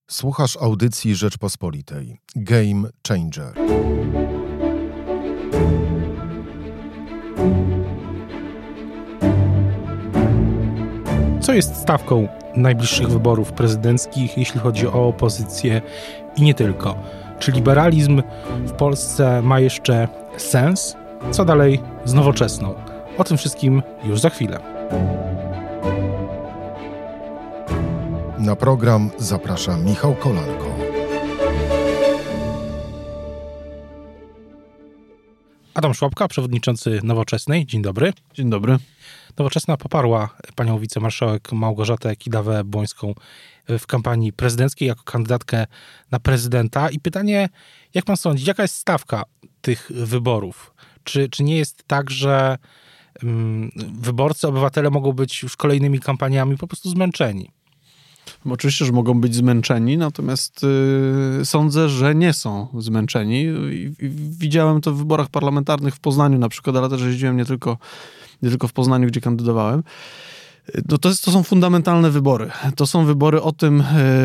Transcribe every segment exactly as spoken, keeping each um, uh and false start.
Słuchasz audycji Rzeczpospolitej. Game Changer. Co jest stawką najbliższych wyborów prezydenckich, jeśli chodzi o opozycję i nie tylko? Czy liberalizm w Polsce ma jeszcze sens? Co dalej z Nowoczesną? O tym wszystkim już za chwilę. Na program zaprasza Michał Kolanko. Adam Szłapka, przewodniczący Nowoczesnej. Dzień dobry. Dzień dobry. Nowoczesna poparła panią wicemarszałek Małgorzatę Kidawę-Błońską w kampanii prezydenckiej jako kandydatkę na prezydenta. I pytanie, jak pan sądzi, jaka jest stawka tych wyborów? Czy, czy nie jest tak, że um, wyborcy, obywatele mogą być już kolejnymi kampaniami po prostu zmęczeni? Oczywiście, że mogą być zmęczeni, natomiast yy, sądzę, że nie są zmęczeni. I, i, widziałem to w wyborach parlamentarnych w Poznaniu na przykład, ale też jeździłem nie tylko, nie tylko w Poznaniu, gdzie kandydowałem. No to, jest, to są fundamentalne wybory. To są wybory o tym,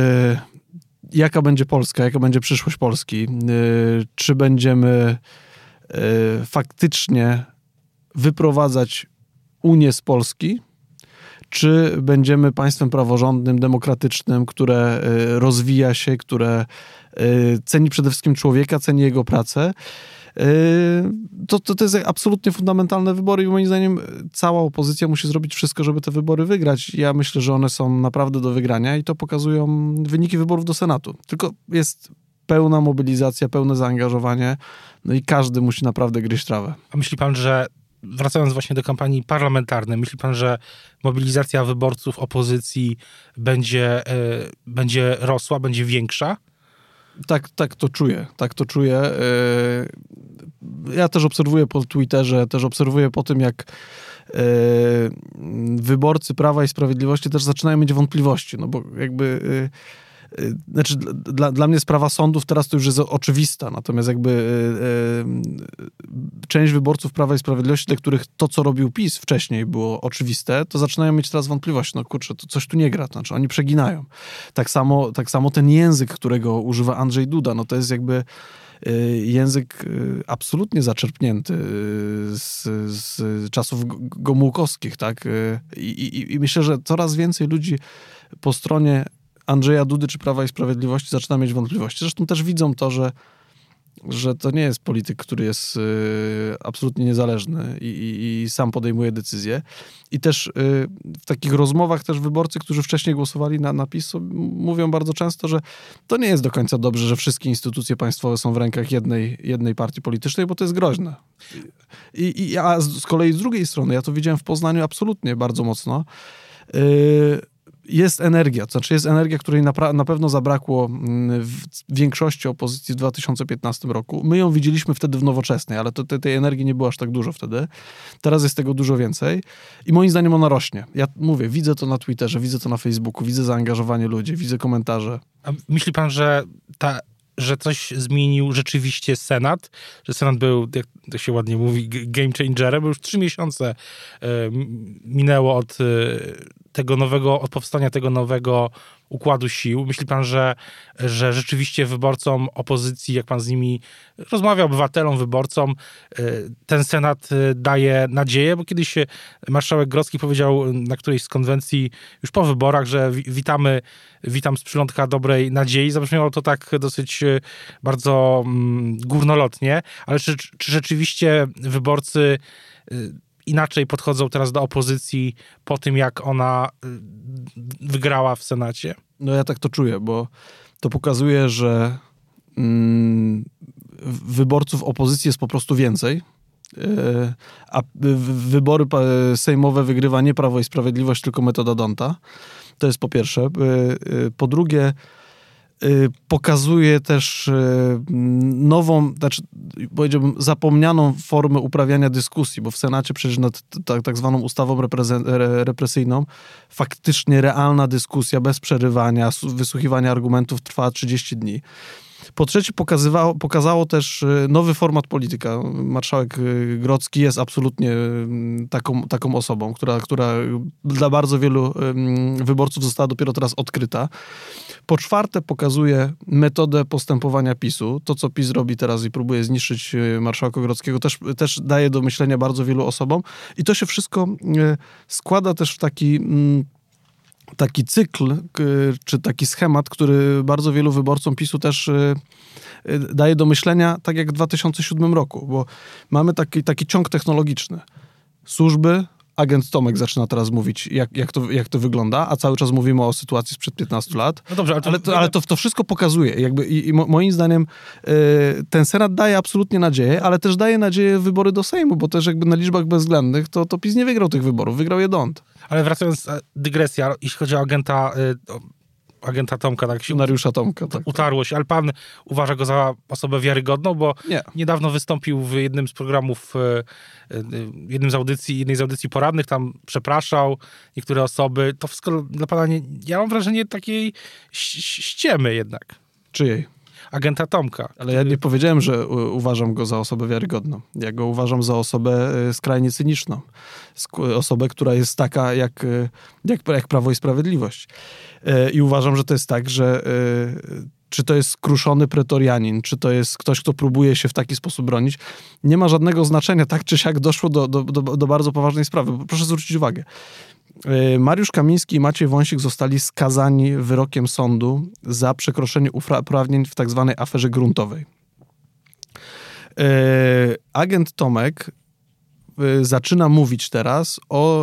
yy, jaka będzie Polska, jaka będzie przyszłość Polski. Yy, czy będziemy yy, faktycznie wyprowadzać Unię z Polski, czy będziemy państwem praworządnym, demokratycznym, które rozwija się, które ceni przede wszystkim człowieka, ceni jego pracę. To, to, to jest absolutnie fundamentalne wybory i moim zdaniem cała opozycja musi zrobić wszystko, żeby te wybory wygrać. Ja myślę, że one są naprawdę do wygrania i to pokazują wyniki wyborów do Senatu. Tylko jest pełna mobilizacja, pełne zaangażowanie, no i każdy musi naprawdę gryźć trawę. A myśli pan, że wracając właśnie do kampanii parlamentarnej, myśli pan, że mobilizacja wyborców opozycji będzie, yy, będzie rosła, będzie większa? Tak, tak to czuję, tak to czuję. Yy, ja też obserwuję po Twitterze, też obserwuję po tym, jak yy, wyborcy Prawa i Sprawiedliwości też zaczynają mieć wątpliwości, no bo jakby... Yy, Znaczy, dla, dla mnie sprawa sądów teraz to już jest oczywista, natomiast jakby e, e, część wyborców Prawa i Sprawiedliwości, dla których to, co robił PiS wcześniej było oczywiste, to zaczynają mieć teraz wątpliwości. No kurczę, to coś tu nie gra, to znaczy oni przeginają. Tak samo, tak samo ten język, którego używa Andrzej Duda, no to jest jakby język absolutnie zaczerpnięty z, z czasów gomułkowskich, tak? I, i, I myślę, że coraz więcej ludzi po stronie Andrzeja Dudy czy Prawa i Sprawiedliwości zaczyna mieć wątpliwości. Zresztą też widzą to, że, że to nie jest polityk, który jest y, absolutnie niezależny i, i, i sam podejmuje decyzje. I też y, w takich rozmowach też wyborcy, którzy wcześniej głosowali na, na PiS, mówią bardzo często, że to nie jest do końca dobrze, że wszystkie instytucje państwowe są w rękach jednej, jednej partii politycznej, bo to jest groźne. I, i, a z, z kolei z drugiej strony, ja to widziałem w Poznaniu absolutnie bardzo mocno, y, jest energia, to znaczy jest energia, której na, na pewno zabrakło w większości opozycji w dwa tysiące piętnastym roku. My ją widzieliśmy wtedy w Nowoczesnej, ale to, te, tej energii nie było aż tak dużo wtedy. Teraz jest tego dużo więcej i moim zdaniem ona rośnie. Ja mówię, widzę to na Twitterze, widzę to na Facebooku, widzę zaangażowanie ludzi, widzę komentarze. A myśli pan, że ta że coś zmienił rzeczywiście Senat, że Senat był, jak to się ładnie mówi, game changerem, bo już trzy miesiące y, minęło od y, tego nowego, od powstania tego nowego układu sił. Myśli pan, że, że rzeczywiście wyborcom opozycji, jak pan z nimi rozmawia, obywatelom, wyborcom, y, ten Senat y, daje nadzieję, bo kiedyś marszałek Grodzki powiedział na którejś z konwencji już po wyborach, że wi- witamy, witam z przylądka dobrej nadziei. Zabrzmiało to tak dosyć y, bardzo mm, górnolotnie, ale czy, czy rzeczywiście wyborcy y, inaczej podchodzą teraz do opozycji po tym, jak ona wygrała w Senacie? No ja tak to czuję, bo to pokazuje, że mm, wyborców opozycji jest po prostu więcej, yy, a wybory sejmowe wygrywa nie Prawo i Sprawiedliwość, tylko metoda Donta. To jest po pierwsze. Yy, yy, po drugie, pokazuje też nową, znaczy powiedziałbym zapomnianą formę uprawiania dyskusji, bo w Senacie przecież nad tak, tak zwaną ustawą repreze- represyjną faktycznie realna dyskusja bez przerywania, wysłuchiwania argumentów trwa trzydzieści dni. Po trzecie, pokazywało, pokazało też nowy format polityka. Marszałek Grodzki jest absolutnie taką, taką osobą, która, która dla bardzo wielu wyborców została dopiero teraz odkryta. Po czwarte, pokazuje metodę postępowania PiSu. To, co PiS robi teraz i próbuje zniszczyć marszałka Grodzkiego, też, też daje do myślenia bardzo wielu osobom. I to się wszystko składa też w taki... taki cykl, czy taki schemat, który bardzo wielu wyborcom PiSu też daje do myślenia, tak jak w dwa tysiące siódmym roku, bo mamy taki, taki ciąg technologiczny. Służby, agent Tomek zaczyna teraz mówić, jak, jak, to, jak to wygląda, a cały czas mówimy o sytuacji sprzed piętnastu lat. No dobrze, ale to, ale to, ale to, to wszystko pokazuje. Jakby, i, i moim zdaniem y, ten Senat daje absolutnie nadzieję, ale też daje nadzieję w wybory do Sejmu, bo też jakby na liczbach bezwzględnych to, to PiS nie wygrał tych wyborów, wygrał je Dąd. Ale wracając, dygresja, jeśli chodzi o agenta... Y, o... agenta Tomka, tak się Mariusza Tomka, tak. utarło się, ale pan uważa go za osobę wiarygodną, bo nie. niedawno wystąpił w jednym z programów, jednym z audycji, jednej z audycji poradnych, tam przepraszał niektóre osoby. To wszystko dla pana, nie, ja mam wrażenie takiej ściemy jednak. Czyjej? Agenta Tomka. Ale ja nie powiedziałem, że uważam go za osobę wiarygodną. Ja go uważam za osobę skrajnie cyniczną. Osobę, która jest taka jak, jak, jak Prawo i Sprawiedliwość. I uważam, że to jest tak, że czy to jest skruszony pretorianin, czy to jest ktoś, kto próbuje się w taki sposób bronić, nie ma żadnego znaczenia. Tak czy siak doszło do, do, do, do bardzo poważnej sprawy. Proszę zwrócić uwagę. Mariusz Kamiński i Maciej Wąsik zostali skazani wyrokiem sądu za przekroczenie uprawnień w tak zwanej aferze gruntowej. Agent Tomek zaczyna mówić teraz o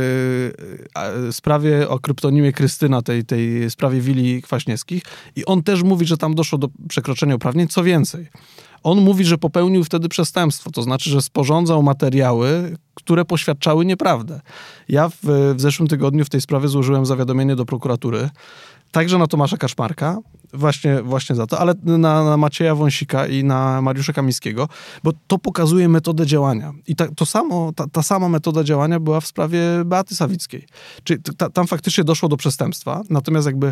y, sprawie, o kryptonimie Krystyna, tej, tej sprawie willi Kwaśniewskich i on też mówi, że tam doszło do przekroczenia uprawnień. Co więcej, on mówi, że popełnił wtedy przestępstwo, to znaczy, że sporządzał materiały, które poświadczały nieprawdę. Ja w, w zeszłym tygodniu w tej sprawie złożyłem zawiadomienie do prokuratury, także na Tomasza Kaczmarka, właśnie, właśnie za to, ale na, na Macieja Wąsika i na Mariusza Kamińskiego, bo to pokazuje metodę działania. I ta, to samo, ta, ta sama metoda działania była w sprawie Beaty Sawickiej. Czyli ta, tam faktycznie doszło do przestępstwa, natomiast jakby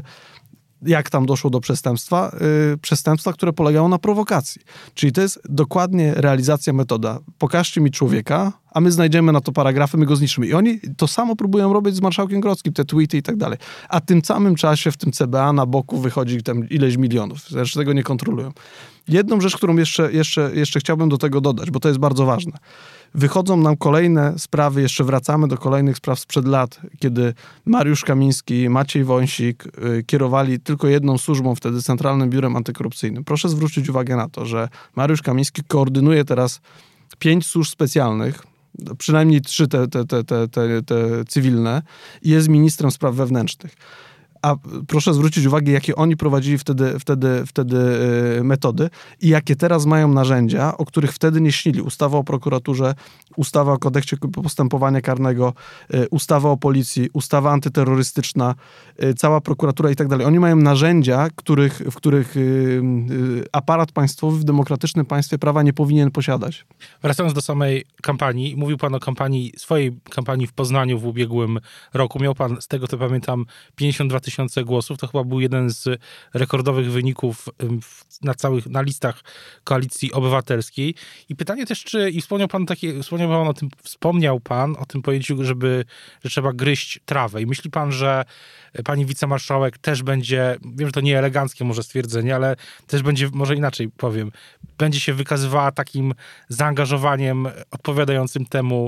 jak tam doszło do przestępstwa? Yy, przestępstwa, które polegało na prowokacji. Czyli to jest dokładnie realizacja metoda. Pokażcie mi człowieka, a my znajdziemy na to paragrafy, my go zniszczymy. I oni to samo próbują robić z marszałkiem Grodzkim, te tweety i tak dalej. A w tym samym czasie w tym C B A na boku wychodzi tam ileś milionów. Zresztą tego nie kontrolują. Jedną rzecz, którą jeszcze, jeszcze, jeszcze chciałbym do tego dodać, bo to jest bardzo ważne. Wychodzą nam kolejne sprawy, jeszcze wracamy do kolejnych spraw sprzed lat, kiedy Mariusz Kamiński, Maciej Wąsik y, kierowali tylko jedną służbą, wtedy Centralnym Biurem Antykorupcyjnym. Proszę zwrócić uwagę na to, że Mariusz Kamiński koordynuje teraz pięć służb specjalnych, przynajmniej trzy te, te, te, te, te, te cywilne i jest ministrem spraw wewnętrznych. A proszę zwrócić uwagę, jakie oni prowadzili wtedy, wtedy, wtedy yy, metody i jakie teraz mają narzędzia, o których wtedy nie śnili. Ustawa o prokuraturze, ustawa o kodeksie postępowania karnego, yy, ustawa o policji, ustawa antyterrorystyczna, yy, cała prokuratura i tak dalej. Oni mają narzędzia, których, w których yy, yy, aparat państwowy w demokratycznym państwie prawa nie powinien posiadać. Wracając do samej kampanii, mówił pan o kampanii, swojej kampanii w Poznaniu w ubiegłym roku. Miał pan, z tego co pamiętam, pięćdziesiąt dwa tysiące głosów. To chyba był jeden z rekordowych wyników na całych, na listach Koalicji Obywatelskiej. I pytanie też, czy, i wspomniał pan takie, wspomniał pan o tym, wspomniał pan o tym pojęciu, żeby, że trzeba gryźć trawę. I myśli pan, że pani wicemarszałek też będzie, wiem, że to nie eleganckie może stwierdzenie, ale też będzie, może inaczej powiem, będzie się wykazywała takim zaangażowaniem odpowiadającym temu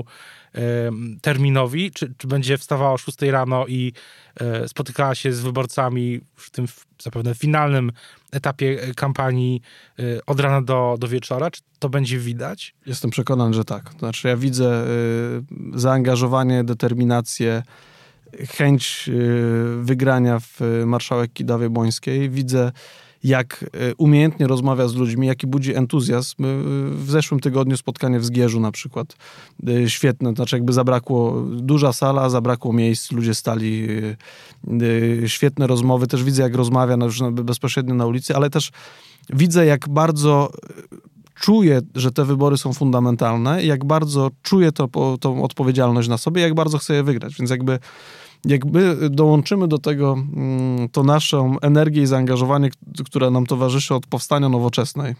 terminowi, czy, czy będzie wstawała o szóstej rano i e, spotykała się z wyborcami w tym w, zapewne finalnym etapie kampanii e, od rana do, do wieczora? Czy to będzie widać? Jestem przekonany, że tak. Znaczy ja widzę y, zaangażowanie, determinację, chęć y, wygrania w marszałek Kidawy-Błońskiej. Widzę, jak umiejętnie rozmawia z ludźmi, jaki budzi entuzjazm. W zeszłym tygodniu spotkanie w Zgierzu na przykład. Świetne, znaczy jakby zabrakło, duża sala, zabrakło miejsc, ludzie stali, świetne rozmowy. Też widzę, jak rozmawia już bezpośrednio na ulicy, ale też widzę, jak bardzo czuje, że te wybory są fundamentalne, jak bardzo czuje to, tą odpowiedzialność na sobie, jak bardzo chce je wygrać. Więc jakby Jak my dołączymy do tego to naszą energię i zaangażowanie, które nam towarzyszy od powstania Nowoczesnej,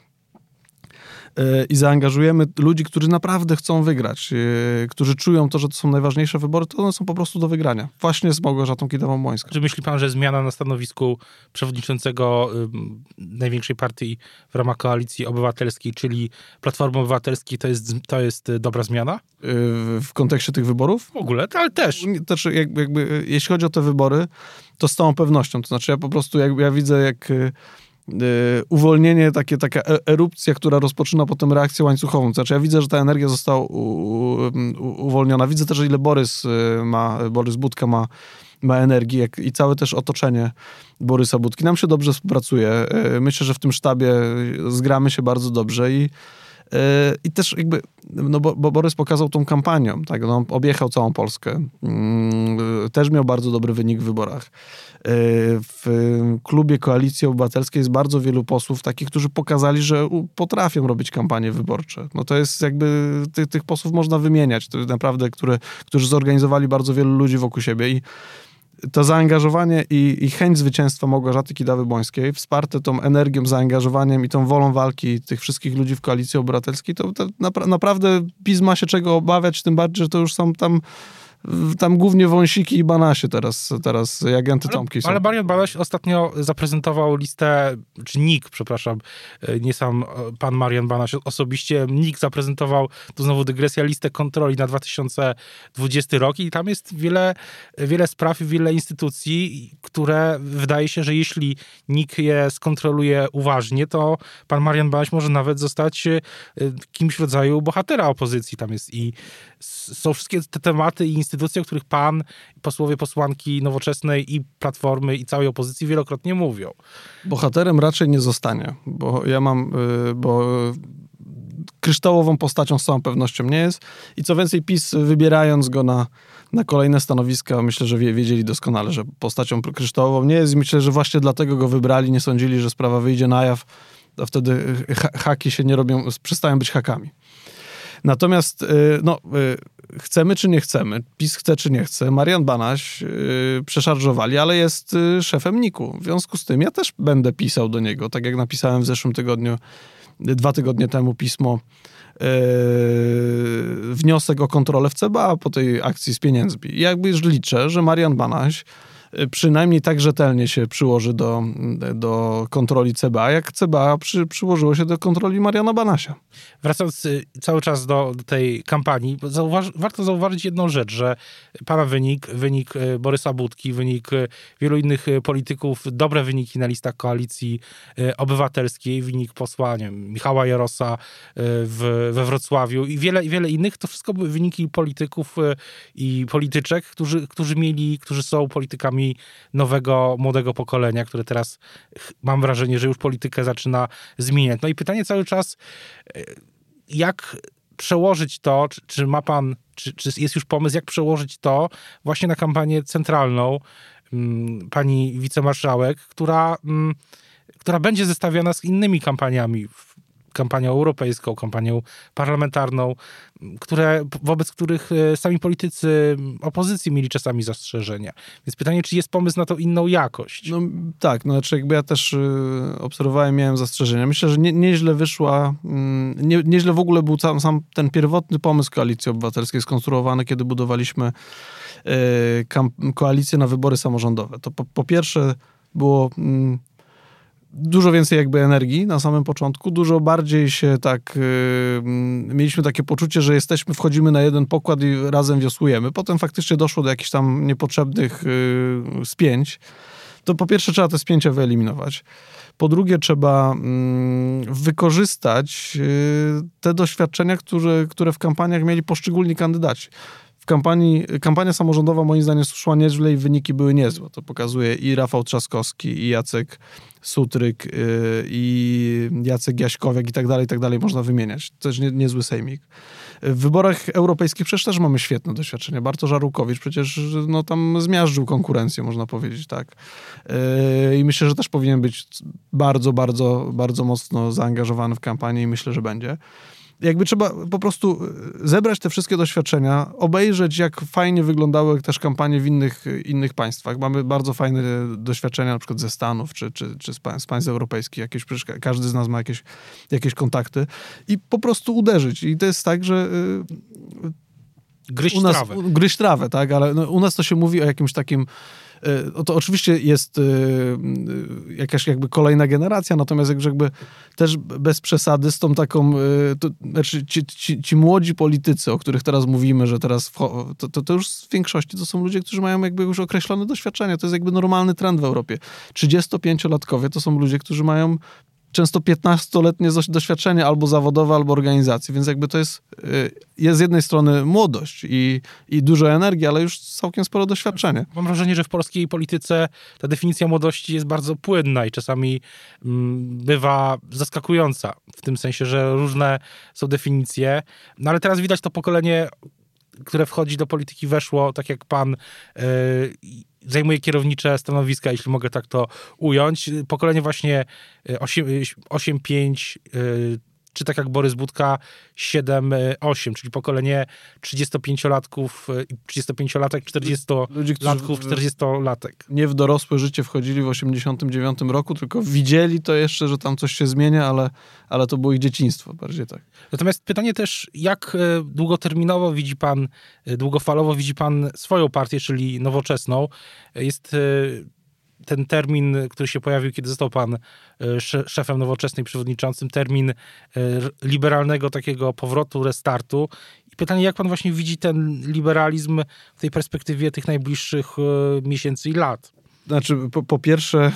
i zaangażujemy ludzi, którzy naprawdę chcą wygrać, którzy czują to, że to są najważniejsze wybory, to one są po prostu do wygrania. Właśnie z Małgorzatą Kidawą-Błońską. Czy myśli pan, że zmiana na stanowisku przewodniczącego y, największej partii w ramach Koalicji Obywatelskiej, czyli Platformy Obywatelskiej, to jest, to jest dobra zmiana? W kontekście tych wyborów? W ogóle, ale też. Znaczy, jakby, jakby, jeśli chodzi o te wybory, to z całą pewnością. To znaczy ja po prostu, jak, ja widzę, jak uwolnienie, takie, taka erupcja, która rozpoczyna potem reakcję łańcuchową. Znaczy ja widzę, że ta energia została u, u, uwolniona. Widzę też, ile Borys ma, Borys Budka ma, ma energii jak, i całe też otoczenie Borysa Budki. Nam się dobrze współpracuje. Myślę, że w tym sztabie zgramy się bardzo dobrze i I też jakby, no bo, bo Borys pokazał tą kampanią, tak, no, objechał całą Polskę. Też miał bardzo dobry wynik w wyborach. W klubie Koalicji Obywatelskiej jest bardzo wielu posłów takich, którzy pokazali, że potrafią robić kampanie wyborcze. No to jest jakby, tych, tych posłów można wymieniać, to naprawdę, które, którzy zorganizowali bardzo wielu ludzi wokół siebie i to zaangażowanie i, i chęć zwycięstwa Małgorzaty Kidawy-Błońskiej, wsparte tą energią, zaangażowaniem i tą wolą walki tych wszystkich ludzi w Koalicji Obywatelskiej, to, to napra- naprawdę PiS ma się czego obawiać, tym bardziej, że to już są tam tam głównie wąsiki i banasie teraz, teraz i agenty Tomki są. Ale Marian Banaś ostatnio zaprezentował listę, czy N I K, przepraszam, nie sam pan Marian Banaś osobiście, N I K zaprezentował, tu znowu dygresja, listę kontroli na dwa tysiące dwudziesty rok i tam jest wiele, wiele spraw i wiele instytucji, które wydaje się, że jeśli N I K je skontroluje uważnie, to pan Marian Banaś może nawet zostać kimś w rodzaju bohatera opozycji. Tam jest i są wszystkie te tematy i instytucje, o których pan, posłowie, posłanki Nowoczesnej i Platformy i całej opozycji wielokrotnie mówią. Bohaterem raczej nie zostanie, bo ja mam, bo kryształową postacią z całą pewnością nie jest i co więcej PiS, wybierając go na, na kolejne stanowiska, myślę, że wiedzieli doskonale, że postacią kryształową nie jest i myślę, że właśnie dlatego go wybrali, nie sądzili, że sprawa wyjdzie na jaw, a wtedy ha- haki się nie robią, przestają być hakami. Natomiast no, chcemy czy nie chcemy, PiS chce czy nie chce, Marian Banaś przeszarżowali, ale jest szefem N I K-u. W związku z tym ja też będę pisał do niego, tak jak napisałem w zeszłym tygodniu, dwa tygodnie temu pismo, wniosek o kontrolę w C B A po tej akcji z pieniędzmi. I jakby już liczę, że Marian Banaś przynajmniej tak rzetelnie się przyłoży do, do kontroli C B A, jak C B A przy, przyłożyło się do kontroli Mariana Banasia. Wracając cały czas do, do tej kampanii, zauważ, warto zauważyć jedną rzecz, że pana wynik, wynik Borysa Budki, wynik wielu innych polityków, dobre wyniki na listach Koalicji Obywatelskiej, wynik posła, nie wiem, Michała Jarosa w, we Wrocławiu i wiele, wiele innych, to wszystko były wyniki polityków i polityczek, którzy, którzy mieli, którzy są politykami nowego, młodego pokolenia, które teraz mam wrażenie, że już politykę zaczyna zmieniać. No i pytanie cały czas, jak przełożyć to, czy, czy ma pan, czy, czy jest już pomysł, jak przełożyć to właśnie na kampanię centralną um, pani wicemarszałek, która, um, która będzie zestawiona z innymi kampaniami, kampanią europejską, kampanią parlamentarną, które, wobec których sami politycy opozycji mieli czasami zastrzeżenia. Więc pytanie, czy jest pomysł na tą inną jakość? No tak, no znaczy jakby ja też y, obserwowałem, miałem zastrzeżenia. Myślę, że nie, nieźle wyszła, y, nie, nieźle w ogóle był sam, sam ten pierwotny pomysł Koalicji Obywatelskiej skonstruowany, kiedy budowaliśmy y, kamp- koalicję na wybory samorządowe. To po, po pierwsze było... Y, dużo więcej jakby energii na samym początku, dużo bardziej się tak, yy, mieliśmy takie poczucie, że jesteśmy, wchodzimy na jeden pokład i razem wiosłujemy. Potem faktycznie doszło do jakichś tam niepotrzebnych yy, spięć. To po pierwsze trzeba te spięcia wyeliminować. Po drugie trzeba yy, wykorzystać yy, te doświadczenia, które, które w kampaniach mieli poszczególni kandydaci. W kampanii, kampania samorządowa moim zdaniem szła nieźle i wyniki były niezłe. To pokazuje i Rafał Trzaskowski, i Jacek Sutryk, yy, i Jacek Jaśkowiak i tak dalej, i tak dalej można wymieniać. To też nie, niezły sejmik. W wyborach europejskich przecież też mamy świetne doświadczenia. Bartosz Arłukowicz przecież no, tam zmiażdżył konkurencję, można powiedzieć, tak. Yy, I myślę, że też powinien być bardzo, bardzo, bardzo mocno zaangażowany w kampanię i myślę, że będzie. jakby trzeba po prostu zebrać te wszystkie doświadczenia, obejrzeć, jak fajnie wyglądały też kampanie w innych, innych państwach. Mamy bardzo fajne doświadczenia na przykład ze Stanów, czy, czy, czy z, państw, z państw europejskich. Jakieś, każdy z nas ma jakieś, jakieś kontakty i po prostu uderzyć. I to jest tak, że Gryźć u nas, trawę. Gryźć trawę, tak, ale no, u nas to się mówi o jakimś takim. No to oczywiście jest jakaś jakby kolejna generacja, natomiast jakby też bez przesady z tą taką, to, znaczy ci, ci, ci młodzi politycy, o których teraz mówimy, że teraz to, to, to już w większości to są ludzie, którzy mają jakby już określone doświadczenia. To jest jakby normalny trend w Europie. trzydziestopięciolatkowie to są ludzie, którzy mają często piętnastoletnie doświadczenie albo zawodowe, albo organizacji, więc jakby to jest, jest z jednej strony młodość i, i dużo energii, ale już całkiem sporo doświadczenie. Mam wrażenie, że w polskiej polityce ta definicja młodości jest bardzo płynna i czasami mm, bywa zaskakująca, w tym sensie, że różne są definicje, no ale teraz widać to pokolenie, które wchodzi do polityki, weszło, tak jak pan, yy, zajmuje kierownicze stanowiska, jeśli mogę tak to ująć. Pokolenie właśnie osiem pięć, czy tak jak Borys Budka, siedem osiem, czyli pokolenie trzydziestopięciolatków, trzydziestopięciolatek, czterdziestolatków, czterdziestolatek. Nie w dorosłe życie wchodzili w osiemdziesiątym dziewiątym roku, tylko widzieli to jeszcze, że tam coś się zmienia, ale, ale to było ich dzieciństwo, bardziej tak. Natomiast pytanie też, jak długoterminowo widzi pan, długofalowo widzi pan swoją partię, czyli Nowoczesną? Jest ten termin, który się pojawił, kiedy został pan szefem Nowoczesnej, przewodniczącym, termin liberalnego takiego powrotu, restartu. I pytanie, jak pan właśnie widzi ten liberalizm w tej perspektywie tych najbliższych miesięcy i lat? Znaczy, po, po pierwsze,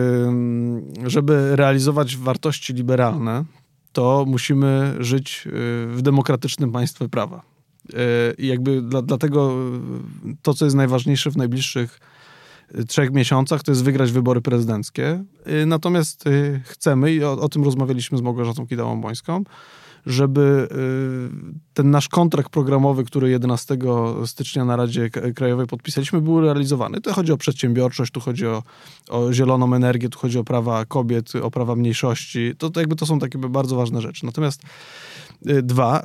żeby realizować wartości liberalne, to musimy żyć w demokratycznym państwie prawa. I jakby dla, dlatego to, co jest najważniejsze w najbliższych trzech miesiącach, to jest wygrać wybory prezydenckie. Natomiast chcemy, i o, o tym rozmawialiśmy z Małgorzatą Kidałą-Błońską, żeby ten nasz kontrakt programowy, który jedenastego stycznia na Radzie Krajowej podpisaliśmy, był realizowany. To chodzi o przedsiębiorczość, tu chodzi o, o zieloną energię, tu chodzi o prawa kobiet, o prawa mniejszości. To, to jakby to są takie bardzo ważne rzeczy. Natomiast dwa...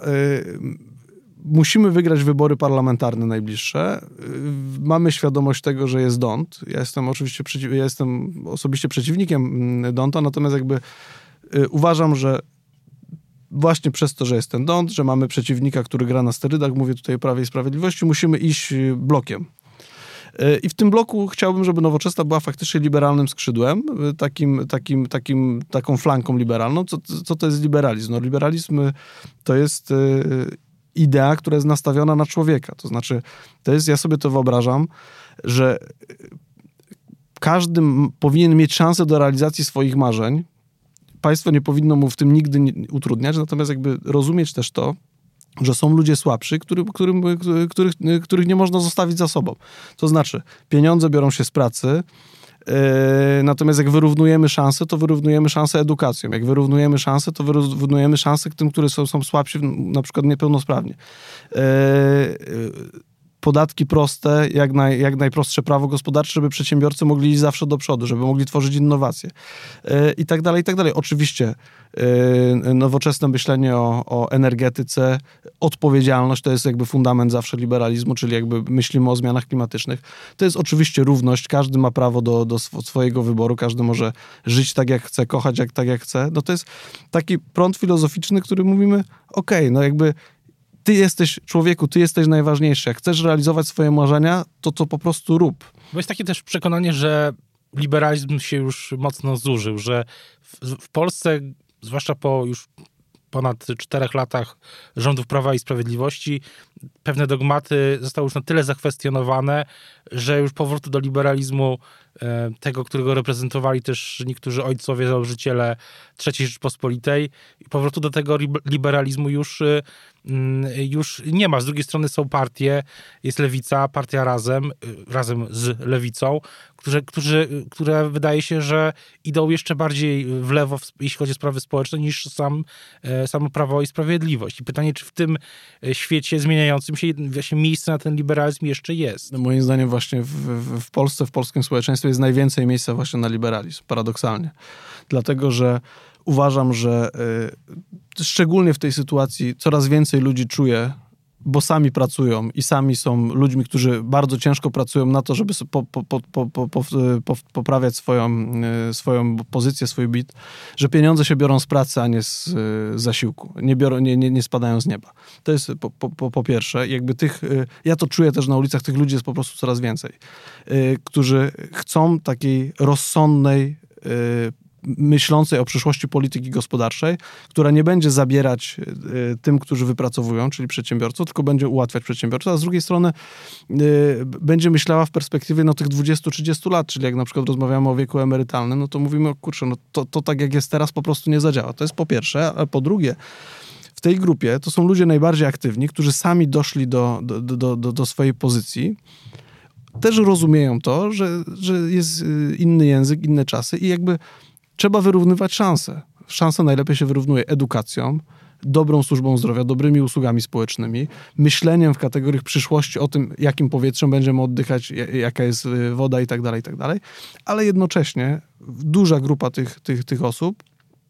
Musimy wygrać wybory parlamentarne najbliższe. Mamy świadomość tego, że jest D O N T. Ja jestem oczywiście przeciw, ja jestem osobiście przeciwnikiem D O N T-a, natomiast jakby uważam, że właśnie przez to, że jest ten D O N T, że mamy przeciwnika, który gra na sterydach, mówię tutaj o Prawie i Sprawiedliwości, musimy iść blokiem. I w tym bloku chciałbym, żeby Nowoczesna była faktycznie liberalnym skrzydłem, takim, takim, takim, taką flanką liberalną. Co, co to jest liberalizm? No, liberalizm to jest idea, która jest nastawiona na człowieka. To znaczy, to jest, ja sobie to wyobrażam, że każdy powinien mieć szansę do realizacji swoich marzeń. Państwo nie powinno mu w tym nigdy nie utrudniać, natomiast jakby rozumieć też to, że są ludzie słabszy, który, którym, których, których nie można zostawić za sobą. To znaczy, pieniądze biorą się z pracy, Yy, natomiast jak wyrównujemy szanse, to wyrównujemy szanse edukacją. Jak wyrównujemy szanse, to wyrównujemy szanse tym, które są, są słabsi, na przykład niepełnosprawnie. Yy, podatki proste, jak, naj, jak najprostsze prawo gospodarcze, żeby przedsiębiorcy mogli iść zawsze do przodu, żeby mogli tworzyć innowacje. Yy, I tak dalej, i tak dalej. Oczywiście yy, nowoczesne myślenie o, o energetyce, odpowiedzialność, to jest jakby fundament zawsze liberalizmu, czyli jakby myślimy o zmianach klimatycznych. To jest oczywiście równość, każdy ma prawo do, do swojego wyboru, każdy może żyć tak jak chce, kochać jak, tak jak chce. No to jest taki prąd filozoficzny, który mówimy, okej, okay, no jakby ty jesteś, człowieku, ty jesteś najważniejszy. Jak chcesz realizować swoje marzenia, to to po prostu rób. Bo jest takie też przekonanie, że liberalizm się już mocno zużył, że w, w Polsce, zwłaszcza po już ponad czterech latach rządów Prawa i Sprawiedliwości, pewne dogmaty zostały już na tyle zakwestionowane, że już powrotu do liberalizmu, tego, którego reprezentowali też niektórzy ojcowie, założyciele trzeciej Rzeczpospolitej, i powrotu do tego liberalizmu już, już nie ma. Z drugiej strony są partie, jest Lewica, partia Razem, razem z Lewicą, którzy, którzy, które wydaje się, że idą jeszcze bardziej w lewo, jeśli chodzi o sprawy społeczne, niż sam, samo Prawo i Sprawiedliwość. I pytanie, czy w tym świecie zmieniającym się właśnie miejsce na ten liberalizm jeszcze jest? No moim zdaniem właśnie w, w, w Polsce, w polskim społeczeństwie społeczeństwie jest najwięcej miejsca właśnie na liberalizm, paradoksalnie. Dlatego, że uważam, że y, szczególnie w tej sytuacji coraz więcej ludzi czuje, bo sami pracują i sami są ludźmi, którzy bardzo ciężko pracują na to, żeby po, po, po, po, po, po, po, poprawiać swoją, swoją pozycję, swój bit, że pieniądze się biorą z pracy, a nie z, z zasiłku. Nie, biorą, nie, nie, nie spadają z nieba. To jest po, po, po pierwsze. Jakby tych, ja to czuję też na ulicach, tych ludzi jest po prostu coraz więcej, którzy chcą takiej rozsądnej, myślącej o przyszłości polityki gospodarczej, która nie będzie zabierać y, tym, którzy wypracowują, czyli przedsiębiorców, tylko będzie ułatwiać przedsiębiorców, a z drugiej strony y, będzie myślała w perspektywie no, tych dwudziestu trzydziestu lat, czyli jak na przykład rozmawiamy o wieku emerytalnym, no to mówimy, o kurczę, no to, to tak jak jest teraz po prostu nie zadziała. To jest po pierwsze, a po drugie, w tej grupie to są ludzie najbardziej aktywni, którzy sami doszli do, do, do, do, do swojej pozycji, też rozumieją to, że, że jest inny język, inne czasy i jakby trzeba wyrównywać szanse. Szanse najlepiej się wyrównuje edukacją, dobrą służbą zdrowia, dobrymi usługami społecznymi, myśleniem w kategoriach przyszłości o tym, jakim powietrzem będziemy oddychać, jaka jest woda i tak dalej, i tak dalej. Ale jednocześnie duża grupa tych, tych, tych osób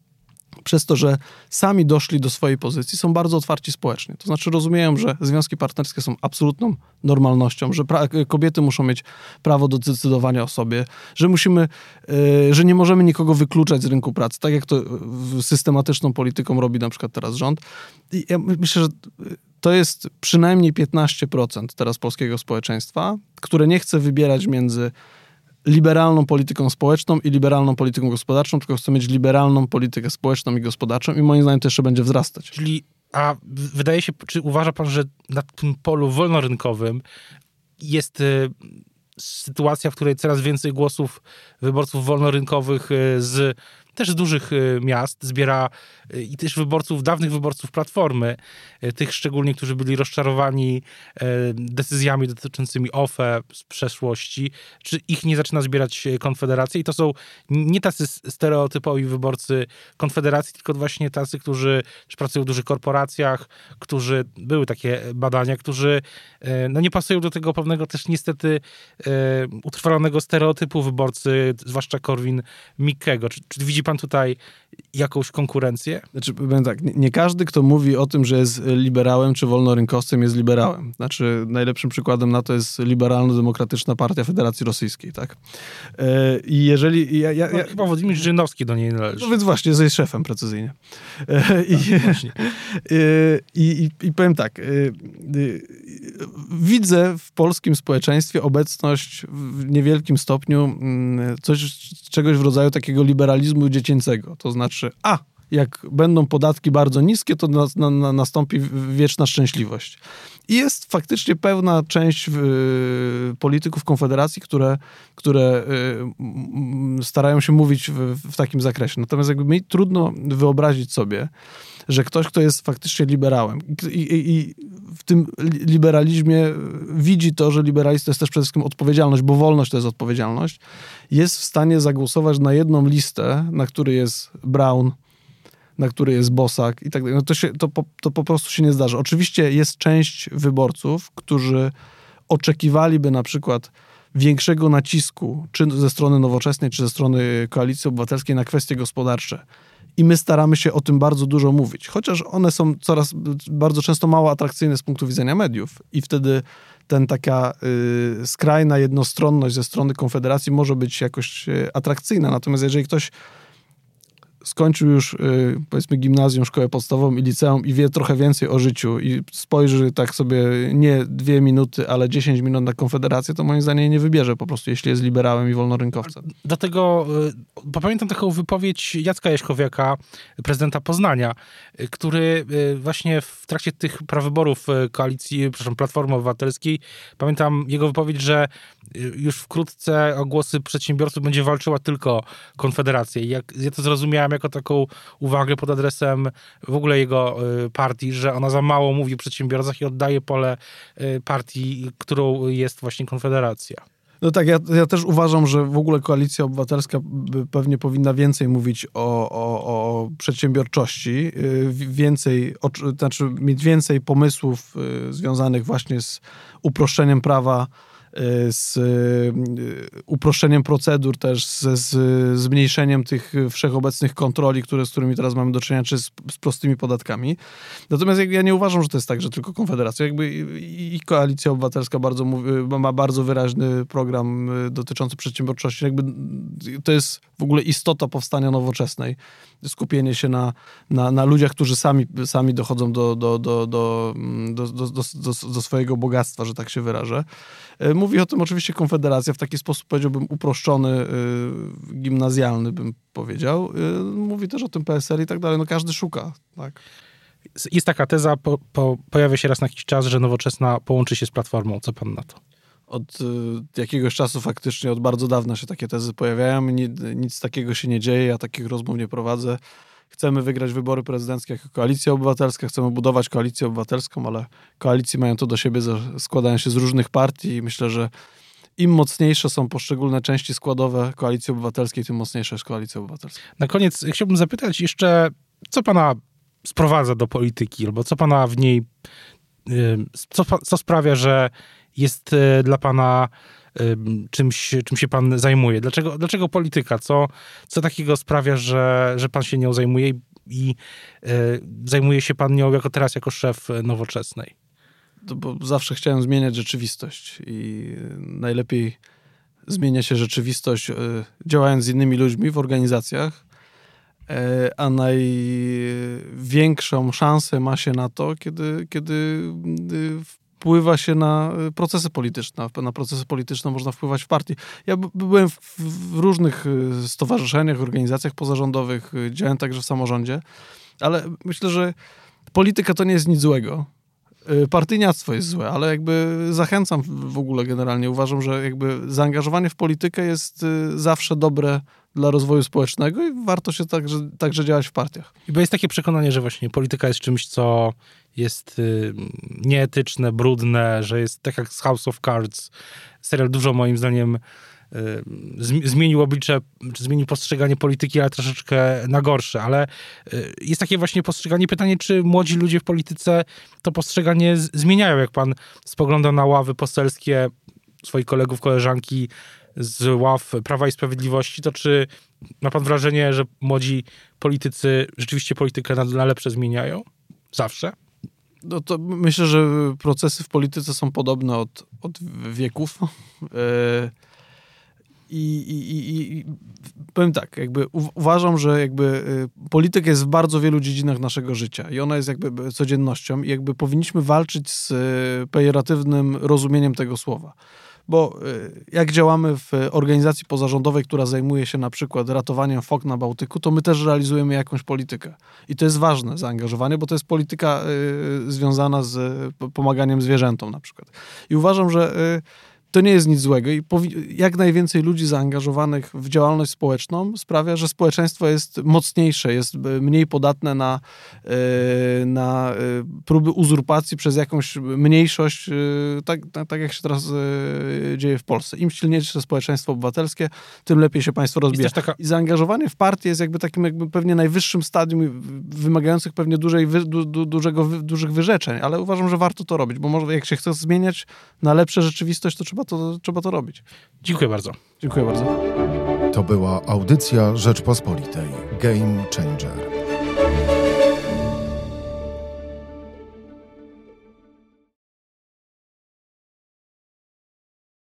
przez to, że sami doszli do swojej pozycji, są bardzo otwarci społecznie. To znaczy rozumieją, że związki partnerskie są absolutną normalnością, że pra- kobiety muszą mieć prawo do decydowania o sobie, że musimy, yy, że nie możemy nikogo wykluczać z rynku pracy, tak jak to yy, systematyczną polityką robi na przykład teraz rząd. I ja myślę, że to jest przynajmniej piętnaście procent teraz polskiego społeczeństwa, które nie chce wybierać między liberalną polityką społeczną i liberalną polityką gospodarczą, tylko chce mieć liberalną politykę społeczną i gospodarczą i moim zdaniem to jeszcze będzie wzrastać. Czyli, a wydaje się, czy uważa pan, że na tym polu wolnorynkowym jest y, sytuacja, w której coraz więcej głosów wyborców wolnorynkowych y, z też z dużych miast zbiera i też wyborców, dawnych wyborców Platformy, tych szczególnie, którzy byli rozczarowani decyzjami dotyczącymi O F E z przeszłości, czy ich nie zaczyna zbierać Konfederacja? I to są nie tacy stereotypowi wyborcy Konfederacji, tylko właśnie tacy, którzy pracują w dużych korporacjach, którzy, były takie badania, którzy no nie pasują do tego pewnego też niestety utrwalonego stereotypu wyborcy, zwłaszcza Korwin-Mikkego. Czy, czy widzi pan tutaj jakąś konkurencję? Znaczy, powiem tak, nie, nie każdy, kto mówi o tym, że jest liberałem czy wolnorynkowcem, jest liberałem. Znaczy, najlepszym przykładem na to jest Liberalno-Demokratyczna Partia Federacji Rosyjskiej, tak? E, I jeżeli... Ja, ja, no, ja, chyba Władimir Żyrynowski do niej należy. No więc właśnie, jest szefem precyzyjnie. E, i, no, właśnie. e, i, i, I powiem tak, e, e, widzę w polskim społeczeństwie obecność w niewielkim stopniu coś, czegoś w rodzaju takiego liberalizmu dziecięcego. To znaczy, a, jak będą podatki bardzo niskie, to na, na, na, nastąpi wieczna szczęśliwość. I jest faktycznie pewna część y, polityków Konfederacji, które, które y, starają się mówić w, w takim zakresie. Natomiast jakby mi trudno wyobrazić sobie, że ktoś, kto jest faktycznie liberałem i, i, i w tym liberalizmie widzi to, że liberalizm to jest też przede wszystkim odpowiedzialność, bo wolność to jest odpowiedzialność, jest w stanie zagłosować na jedną listę, na której jest Braun, na której jest Bosak i tak dalej. No to, się, to, po, to po prostu się nie zdarza. Oczywiście jest część wyborców, którzy oczekiwaliby na przykład większego nacisku, czy ze strony Nowoczesnej, czy ze strony Koalicji Obywatelskiej na kwestie gospodarcze. I my staramy się o tym bardzo dużo mówić. Chociaż one są coraz, bardzo często mało atrakcyjne z punktu widzenia mediów. I wtedy ten taka y, skrajna jednostronność ze strony Konfederacji może być jakoś y, atrakcyjna. Natomiast jeżeli ktoś skończył już, y, powiedzmy, gimnazjum, szkołę podstawową i liceum i wie trochę więcej o życiu i spojrzy tak sobie nie dwie minuty, ale dziesięć minut na Konfederację, to moim zdaniem nie wybierze po prostu, jeśli jest liberałem i wolnorynkowcem. Dlatego, bo pamiętam taką wypowiedź Jacka Jaśkowiaka, prezydenta Poznania, który właśnie w trakcie tych prawyborów koalicji, przepraszam, Platformy Obywatelskiej, pamiętam jego wypowiedź, że już wkrótce o głosy przedsiębiorców będzie walczyła tylko Konfederacja. I jak ja to zrozumiałem jako taką uwagę pod adresem w ogóle jego partii, że ona za mało mówi o przedsiębiorcach i oddaje pole partii, którą jest właśnie Konfederacja. No tak, ja, ja też uważam, że w ogóle Koalicja Obywatelska pewnie powinna więcej mówić o, o, o przedsiębiorczości, więcej, o, znaczy mieć więcej pomysłów związanych właśnie z uproszczeniem prawa z uproszczeniem procedur też, z, z zmniejszeniem tych wszechobecnych kontroli, które, z którymi teraz mamy do czynienia, czy z, z prostymi podatkami. Natomiast ja nie uważam, że to jest tak, że tylko Konfederacja. Jakby i, i Koalicja Obywatelska bardzo mówi, ma bardzo wyraźny program dotyczący przedsiębiorczości. Jakby to jest w ogóle istota powstania Nowoczesnej. Skupienie się na, na, na ludziach, którzy sami, sami dochodzą do, do, do, do, do, do, do, do, do swojego bogactwa, że tak się wyrażę. Mówi o tym oczywiście Konfederacja w taki sposób, powiedziałbym, uproszczony, gimnazjalny, bym powiedział. Mówi też o tym P S L i tak dalej. No każdy szuka, tak. Jest taka teza, po, po, pojawia się raz na jakiś czas, że Nowoczesna połączy się z Platformą. Co pan na to? Od y, jakiegoś czasu faktycznie, od bardzo dawna się takie tezy pojawiają. Nic, nic takiego się nie dzieje, ja takich rozmów nie prowadzę. Chcemy wygrać wybory prezydenckie jako Koalicja Obywatelska, chcemy budować Koalicję Obywatelską, ale koalicje mają to do siebie, składają się z różnych partii i myślę, że im mocniejsze są poszczególne części składowe Koalicji Obywatelskiej, tym mocniejsza jest Koalicja Obywatelska. Na koniec chciałbym zapytać jeszcze, co pana sprowadza do polityki, albo co pana w niej, co, co sprawia, że jest dla pana czymś, czym się pan zajmuje? Dlaczego, dlaczego polityka? Co, co takiego sprawia, że, że pan się nią zajmuje i, i zajmuje się pan nią jako teraz, jako szef Nowoczesnej? To bo zawsze chciałem zmieniać rzeczywistość i najlepiej zmienia się rzeczywistość działając z innymi ludźmi w organizacjach, a największą szansę ma się na to, kiedy, kiedy wpływa się na procesy polityczne. Na procesy polityczne można wpływać w partii. Ja byłem w, w różnych stowarzyszeniach, organizacjach pozarządowych, działałem także w samorządzie, ale myślę, że polityka to nie jest nic złego. Partyjniactwo jest złe, ale jakby zachęcam w ogóle generalnie. Uważam, że jakby zaangażowanie w politykę jest zawsze dobre dla rozwoju społecznego i warto się także, także działać w partiach. Bo jest takie przekonanie, że właśnie polityka jest czymś, co jest nieetyczne, brudne, że jest tak jak z House of Cards. Serial dużo moim zdaniem zmienił oblicze, czy zmienił postrzeganie polityki, ale troszeczkę na gorsze. Ale jest takie właśnie postrzeganie, pytanie, czy młodzi ludzie w polityce to postrzeganie zmieniają, jak pan spogląda na ławy poselskie swoich kolegów, koleżanki z ław Prawa i Sprawiedliwości, to czy ma pan wrażenie, że młodzi politycy rzeczywiście politykę na, na lepsze zmieniają? Zawsze? No to myślę, że procesy w polityce są podobne od, od wieków. I, i, i, i powiem tak, jakby uważam, że jakby polityka jest w bardzo wielu dziedzinach naszego życia i ona jest jakby codziennością i jakby powinniśmy walczyć z pejoratywnym rozumieniem tego słowa. Bo jak działamy w organizacji pozarządowej, która zajmuje się na przykład ratowaniem fok na Bałtyku, to my też realizujemy jakąś politykę. I to jest ważne zaangażowanie, bo to jest polityka y, związana z pomaganiem zwierzętom na przykład. I uważam, że y, to nie jest nic złego i jak najwięcej ludzi zaangażowanych w działalność społeczną sprawia, że społeczeństwo jest mocniejsze, jest mniej podatne na, na próby uzurpacji przez jakąś mniejszość, tak, tak jak się teraz dzieje w Polsce. Im silniejsze społeczeństwo obywatelskie, tym lepiej się państwo rozwija. Taka... I zaangażowanie w partię jest jakby takim jakby pewnie najwyższym stadium, wymagających pewnie dużej, du, du, dużego, dużych wyrzeczeń, ale uważam, że warto to robić, bo może jak się chce zmieniać na lepsze rzeczywistość, to trzeba To, trzeba to robić. Dziękuję bardzo. Dziękuję bardzo. To była audycja Rzeczpospolitej. Game Changer.